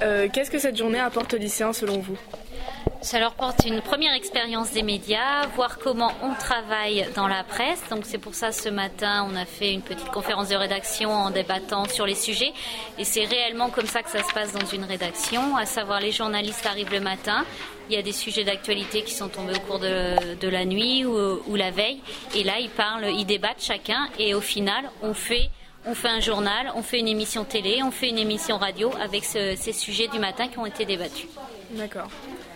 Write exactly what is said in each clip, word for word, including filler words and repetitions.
Euh, qu'est-ce que cette journée apporte aux lycéens selon vous ? Ça leur porte une première expérience des médias, voir comment on travaille dans la presse. Donc c'est pour ça ce matin on a fait une petite conférence de rédaction en débattant sur les sujets. Et c'est réellement comme ça que ça se passe dans une rédaction, à savoir les journalistes arrivent le matin. Il y a des sujets d'actualité qui sont tombés au cours de, de la nuit ou, ou la veille. Et là ils parlent, ils débattent chacun et au final on fait... On fait un journal, on fait une émission télé, on fait une émission radio avec ce, ces sujets du matin qui ont été débattus. D'accord.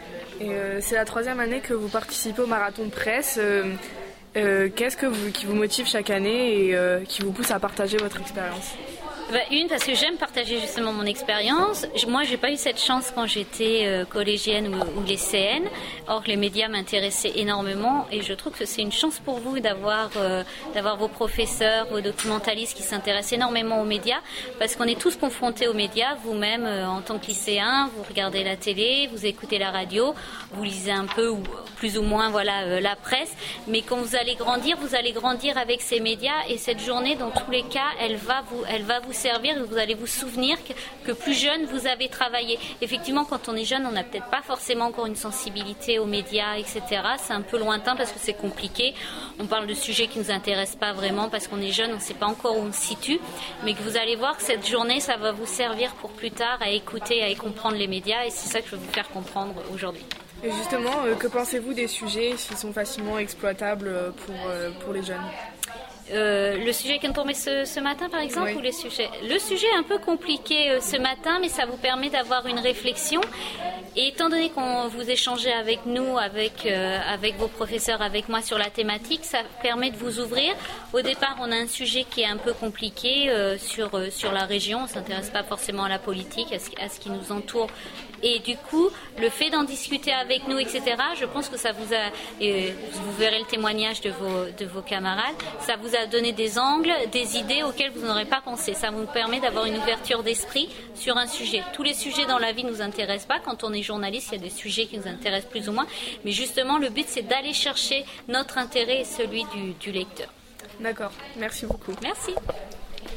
Et euh, c'est la troisième année que vous participez au marathon de presse. Euh, euh, qu'est-ce que vous, qui vous motive chaque année et euh, qui vous pousse à partager votre expérience ? Bah, une, parce que j'aime partager justement mon expérience. Moi, j'ai pas eu cette chance quand j'étais euh, collégienne ou, ou lycéenne. Or, les médias m'intéressaient énormément et je trouve que c'est une chance pour vous d'avoir euh, d'avoir vos professeurs, vos documentalistes qui s'intéressent énormément aux médias, parce qu'on est tous confrontés aux médias. Vous-même, euh, en tant que lycéen, vous regardez la télé, vous écoutez la radio, vous lisez un peu ou plus ou moins, voilà, euh, la presse. Mais quand vous allez grandir, vous allez grandir avec ces médias et cette journée, dans tous les cas, elle va vous, elle va vous servir, vous allez vous souvenir que, que plus jeune vous avez travaillé. Effectivement, quand on est jeune, on n'a peut-être pas forcément encore une sensibilité aux médias, et cetera. C'est un peu lointain parce que c'est compliqué. On parle de sujets qui ne nous intéressent pas vraiment parce qu'on est jeune, on ne sait pas encore où on se situe. Mais que vous allez voir que cette journée, ça va vous servir pour plus tard à écouter, à y comprendre les médias. Et c'est ça que je veux vous faire comprendre aujourd'hui. Et justement, euh, que pensez-vous des sujets qui sont facilement exploitables pour, euh, pour les jeunes ? Euh, le sujet qui est tombé ce, ce matin par exemple, oui. ou les sujets Le sujet est un peu compliqué euh, ce matin, mais ça vous permet d'avoir une réflexion. Et étant donné qu'on vous échangez avec nous, avec, euh, avec vos professeurs, avec moi sur la thématique, ça permet de vous ouvrir. Au départ, on a un sujet qui est un peu compliqué euh, sur, euh, sur la région. On ne s'intéresse pas forcément à la politique, à ce, à ce qui nous entoure. Et du coup, le fait d'en discuter avec nous, et cetera, je pense que ça vous a, et vous verrez le témoignage de vos, de vos camarades, ça vous a donné des angles, des idées auxquelles vous n'aurez pas pensé. Ça vous permet d'avoir une ouverture d'esprit sur un sujet. Tous les sujets dans la vie ne nous intéressent pas. Quand on est journaliste, il y a des sujets qui nous intéressent plus ou moins. Mais justement, le but, c'est d'aller chercher notre intérêt et celui du, du lecteur. D'accord, merci beaucoup. Merci.